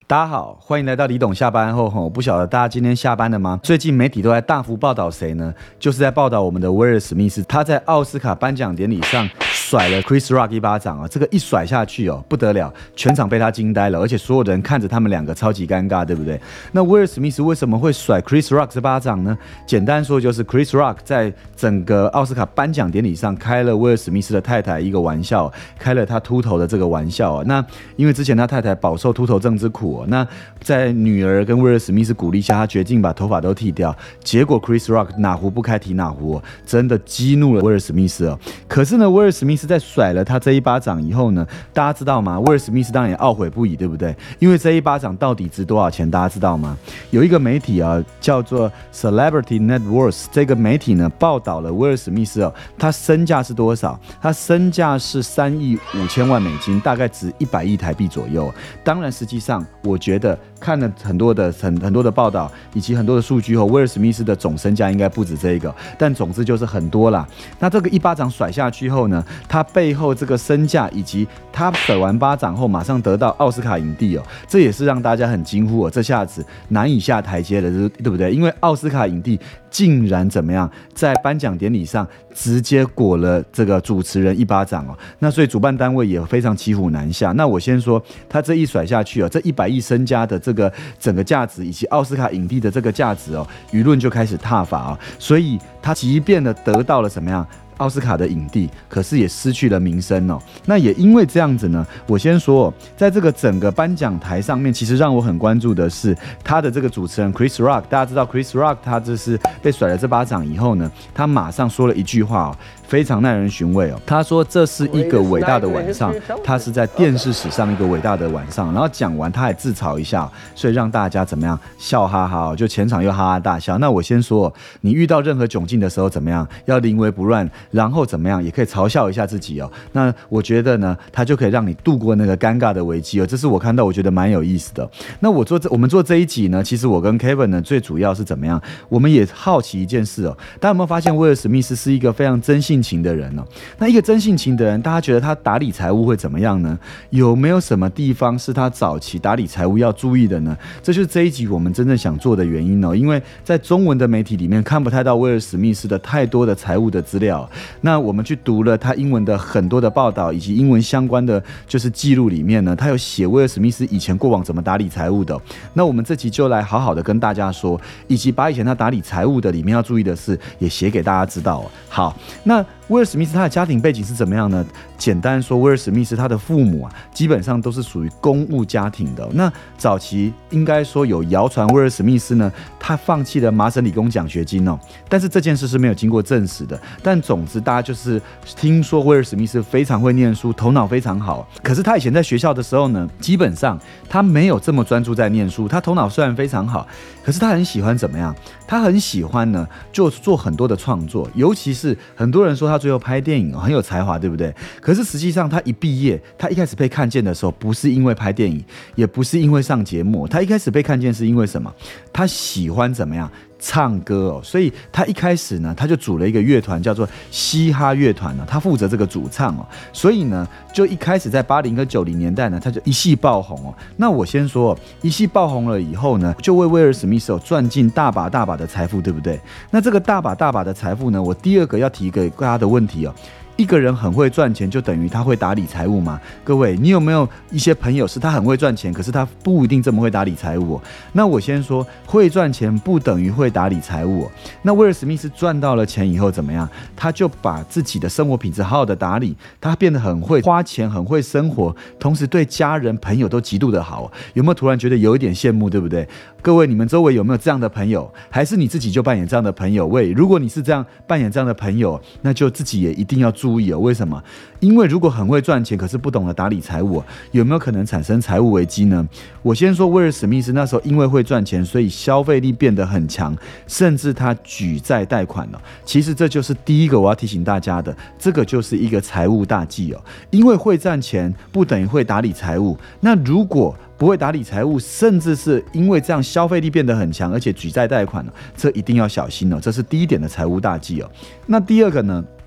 大家好，欢迎来到李董下班后。我不晓得大家今天下班了吗？最近媒体都在大幅报道谁呢？就是在报道我们的威尔史密斯，他在奥斯卡颁奖典礼上甩了 Chris Rock 一巴掌啊！这个一甩下去哦，不得了，全场被他惊呆了，而且所有人看着他们两个超级尴尬，对不对？那威尔史密斯为什么会甩 Chris Rock 这巴掌呢？简单说就是 Chris Rock 在整个奥斯卡颁奖典礼上开了威尔史密斯的太太一个玩笑，开了他秃头的这个玩笑啊。那因为之前他太太饱受秃头症之苦，那在女儿跟威尔史密斯鼓励下，他决定把头发都剃掉。结果 Chris Rock 哪壶不开提哪壶，真的激怒了威尔史密斯哦。可是呢，威尔史密斯在甩了他这一巴掌以后呢，大家知道吗？威尔史密斯当然也懊悔不已，对不对？因为这一巴掌到底值多少钱，大家知道吗？有一个媒体啊，叫做 Celebrity Net Worth， 这个媒体呢报道了威尔史密斯哦，他身价是多少？他身价是3亿5千万美金，大概值100亿台币左右。当然，实际上我觉得看了很多的报道以及很多的数据后，威尔史密斯的总身价应该不止这个，但总之就是很多啦。那这个一巴掌甩下去后呢，他背后这个身价以及他甩完巴掌后马上得到奥斯卡影帝哦，这也是让大家很惊呼哦，这下子难以下台阶了，对不对？因为奥斯卡影帝竟然怎么样，在颁奖典礼上直接裹了这个主持人一巴掌哦，那所以主办单位也非常骑虎难下。那我先说，他这一甩下去哦，这100亿身家的这个整个价值以及奥斯卡影帝的这个价值哦，舆论就开始挞伐哦，所以他即便的得到了怎么样？奥斯卡的影帝，可是也失去了名声哦。那也因为这样子呢，我先说，在这个整个颁奖台上面，其实让我很关注的是他的这个主持人 Chris Rock。大家知道 Chris Rock 他就是被甩了这巴掌以后呢，他马上说了一句话哦，非常耐人寻味哦。他说这是一个伟大的晚上，他是在电视史上一个伟大的晚上。然后讲完他还自嘲一下，所以让大家怎么样笑哈哈哦，就全场又哈哈大笑。那我先说，你遇到任何窘境的时候怎么样，要临危不乱。然后怎么样，也可以嘲笑一下自己哦。那我觉得呢，它就可以让你度过那个尴尬的危机哦。这是我看到我觉得蛮有意思的。那我们做这一集呢，其实我跟 Kevin 呢，最主要是怎么样？我们也好奇一件事哦。大家有没有发现威尔史密斯是一个非常真性情的人哦？那一个真性情的人，大家觉得他打理财务会怎么样呢？有没有什么地方是他早期打理财务要注意的呢？这就是这一集我们真正想做的原因哦。因为在中文的媒体里面看不太到威尔史密斯的太多的财务的资料。那我们去读了他英文的很多的报道，以及英文相关的就是记录里面呢，他有写威尔史密斯以前过往怎么打理财务的。那我们这集就来好好的跟大家说，以及把以前他打理财务的里面要注意的事也写给大家知道。好，那威尔史密斯他的家庭背景是怎么样呢？简单说，威尔史密斯他的父母啊，基本上都是属于公务家庭的。那早期应该说有谣传威尔史密斯呢，他放弃了麻省理工奖学金哦，但是这件事是没有经过证实的。但总之，大家就是听说威尔史密斯非常会念书，头脑非常好。可是他以前在学校的时候呢，基本上他没有这么专注在念书。他头脑虽然非常好，可是他很喜欢怎么样？他很喜欢呢，就做很多的创作，尤其是很多人说他最后拍电影很有才华，对不对？可是实际上他一毕业，他一开始被看见的时候，不是因为拍电影，也不是因为上节目，他一开始被看见是因为什么？他喜欢怎么样？唱歌哦，所以他一开始呢，他就组了一个乐团，叫做嘻哈乐团呢，他负责这个主唱哦，所以呢，就一开始在80跟90年代呢，他就一夕爆红哦。那我先说，一夕爆红了以后呢，就为威尔史密斯赚进大把大把的财富，对不对？那这个大把大把的财富呢，我第二个要提给大家的问题哦。一个人很会赚钱，就等于他会打理财务吗？各位，你有没有一些朋友是他很会赚钱，可是他不一定这么会打理财务哦？那我先说，会赚钱不等于会打理财务哦。那威尔史密斯赚到了钱以后怎么样？他就把自己的生活品质好好的打理，他变得很会花钱，很会生活，同时对家人朋友都极度的好哦。有没有突然觉得有一点羡慕，对不对？各位，你们周围有没有这样的朋友？还是你自己就扮演这样的朋友？喂，如果你是这样扮演这样的朋友，那就自己也一定要注意哦。为什么？因为如果很会赚钱，可是不懂得打理财务，有没有可能产生财务危机呢？我先说威尔史密斯那时候因为会赚钱，所以消费力变得很强，甚至他举债贷款了。其实这就是第一个我要提醒大家的，这个就是一个财务大忌哦。因为会赚钱不等于会打理财务，那如果不会打理财务，甚至是因为这样消费力变得很强，而且举债贷款了，这一定要小心哦。这是第一点的财务大忌哦。那第二个呢？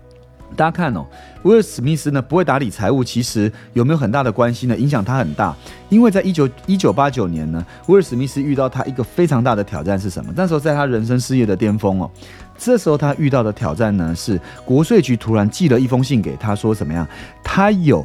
大家看哦，威尔史密斯呢不会打理财务，其实有没有很大的关系呢？影响他很大，因为在1989年呢，威尔史密斯遇到他一个非常大的挑战是什么？那时候在他人生事业的巅峰哦，这时候他遇到的挑战呢是国税局突然寄了一封信给他，说怎么样？他有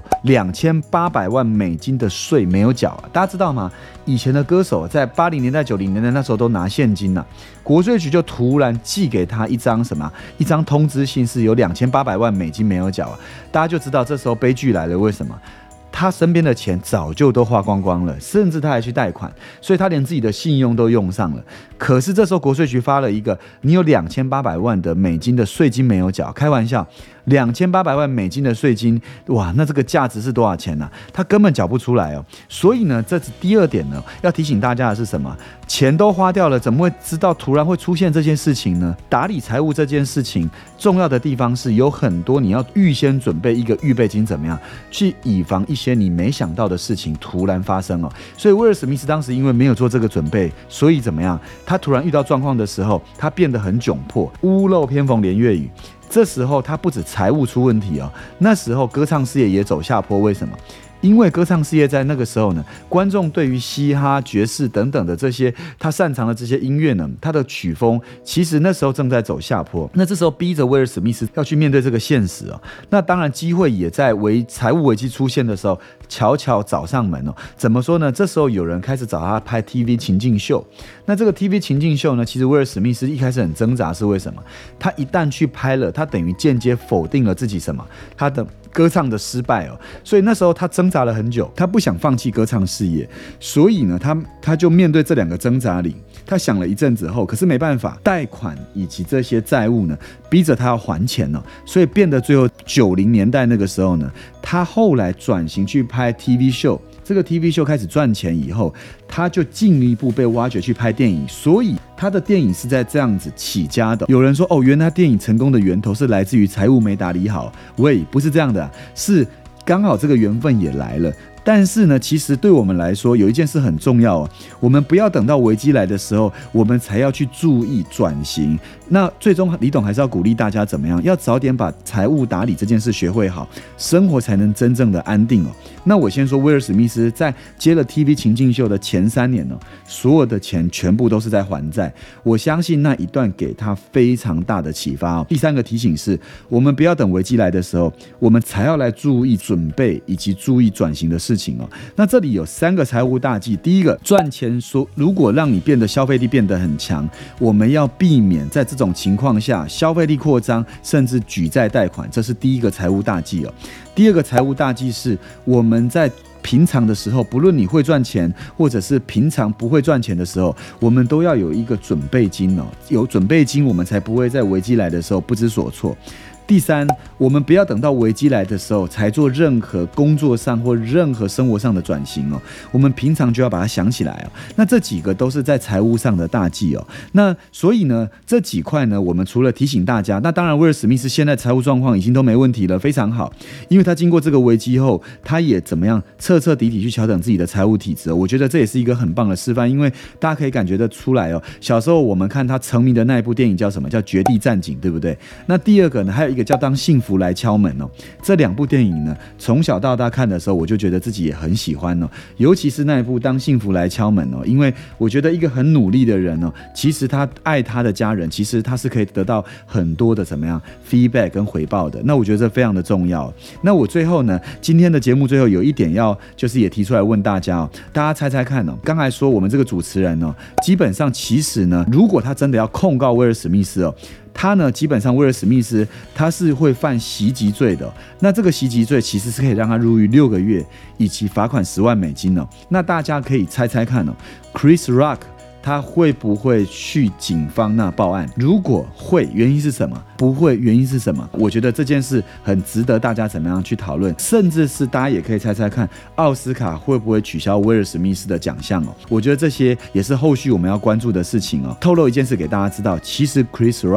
2800万美金的税没有缴啊！大家知道吗？以前的歌手在80年代、90年代那时候都拿现金啊，国税局就突然寄给他一张什么？一张通知信，是有2800万美金没有缴啊！大家就知道这时候悲剧来了，为什么？他身边的钱早就都花光光了，甚至他还去贷款，所以他连自己的信用都用上了。可是这时候国税局发了一个，你有2800万的美金的税金没有缴，开玩笑，2800万美金的税金，哇，那这个价值是多少钱呢？他根本缴不出来哦。所以呢，这是第二点呢，要提醒大家的是什么？钱都花掉了，怎么会知道突然会出现这件事情呢？打理财务这件事情重要的地方是有很多你要预先准备一个预备金，怎么样去以防一些你没想到的事情突然发生哦。所以威尔史密斯当时因为没有做这个准备，所以怎么样？他突然遇到状况的时候，他变得很窘迫，屋漏偏逢连月雨。这时候他不止财务出问题哦，那时候歌唱事业也走下坡。为什么？因为歌唱事业在那个时候呢，观众对于嘻哈、爵士等等的这些他擅长的这些音乐呢，他的曲风其实那时候正在走下坡。那这时候逼着威尔史密斯要去面对这个现实哦。那当然机会也在财务危机出现的时候悄悄找上门哦。怎么说呢？这时候有人开始找他拍 TV 情境秀。那这个 TV 情境秀呢，其实威尔史密斯一开始很挣扎，是为什么？他一旦去拍了，他等于间接否定了自己什么？他的歌唱的失败哦。所以那时候他挣扎了很久，他不想放弃歌唱事业，所以呢，他就面对这两个挣扎里，他想了一阵子后，可是没办法，贷款以及这些债务呢，逼着他要还钱哦，所以变得最后90年代那个时候呢，他后来转型去拍 TV 秀。这个 TV 秀开始赚钱以后，他就进一步被挖掘去拍电影，所以他的电影是在这样子起家的。有人说哦，原来电影成功的源头是来自于财务没打理好。喂，不是这样的啊，是刚好这个缘分也来了。但是呢，其实对我们来说有一件事很重要哦，我们不要等到危机来的时候，我们才要去注意转型。那最终李董还是要鼓励大家怎么样，要早点把财务打理这件事学会好，生活才能真正的安定哦。那我先说，威尔史密斯在接了 TV 情境秀的前3年呢，所有的钱全部都是在还债。我相信那一段给他非常大的启发哦。第3个提醒是，我们不要等危机来的时候，我们才要来注意准备以及注意转型的事情哦。那这里有3个财务大忌。第一个，赚钱如果让你变得消费力变得很强，我们要避免在这种情况下消费力扩张，甚至举债贷款，这是第一个财务大忌哦。第2个财务大忌是，我们在平常的时候，不论你会赚钱，或者是平常不会赚钱的时候，我们都要有一个准备金哦。有准备金，我们才不会在危机来的时候不知所措。第3，我们不要等到危机来的时候才做任何工作上或任何生活上的转型哦，我们平常就要把它想起来哦。那这几个都是在财务上的大忌哦。那所以呢，这几块呢，我们除了提醒大家，那当然威尔史密斯现在财务状况已经都没问题了，非常好，因为他经过这个危机后，他也怎么样彻底去调整自己的财务体质哦。我觉得这也是一个很棒的示范，因为大家可以感觉得出来哦。小时候我们看他成名的那一部电影叫什么？叫《绝地战警》，对不对？那第2个呢，还有一个叫《当幸福来敲门》哦。这2部电影呢，从小到大看的时候，我就觉得自己也很喜欢哦。尤其是那一部《当幸福来敲门》哦，因为我觉得一个很努力的人哦，其实他爱他的家人，其实他是可以得到很多的怎么样 feedback 跟回报的。那我觉得这非常的重要。那我最后呢，今天的节目最后有一点要就是也提出来问大家哦，大家猜猜看哦。刚才说我们这个主持人哦，基本上其实呢，如果他真的要控告威尔史密斯哦，他呢，基本上威尔史密斯他是会犯袭击罪的。那这个袭击罪其实是可以让他入狱6个月，以及罚款10万美金哦。那大家可以猜猜看哦 ，Chris Rock 他会不会去警方那报案？如果会，原因是什么？不会，原因是什么？我觉得这件事很值得大家怎么样去讨论，甚至是大家也可以猜猜看，奥斯卡会不会取消威尔史密斯的奖项哦？我觉得这些也是后续我们要关注的事情哦。透露一件事给大家知道，其实 Chris Rock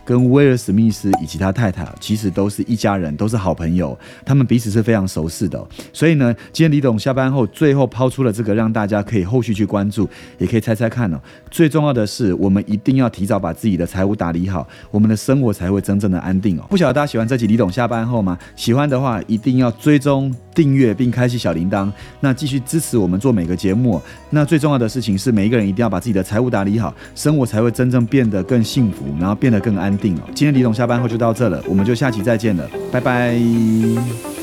跟威尔史密斯以及他太太其实都是一家人，都是好朋友，他们彼此是非常熟识的所以呢，今天李董下班后最后抛出了这个，让大家可以后续去关注，也可以猜猜看最重要的是，我们一定要提早把自己的财务打理好，我们的生活才会真正的安定不晓得大家喜欢这集李董下班后吗？喜欢的话一定要追踪订阅并开启小铃铛，那继续支持我们做每个节目那最重要的事情是，每一个人一定要把自己的财务打理好，生活才会真正变得更幸福，然后变得更安定今天李董下班后就到这了，我们就下期再见了，拜拜。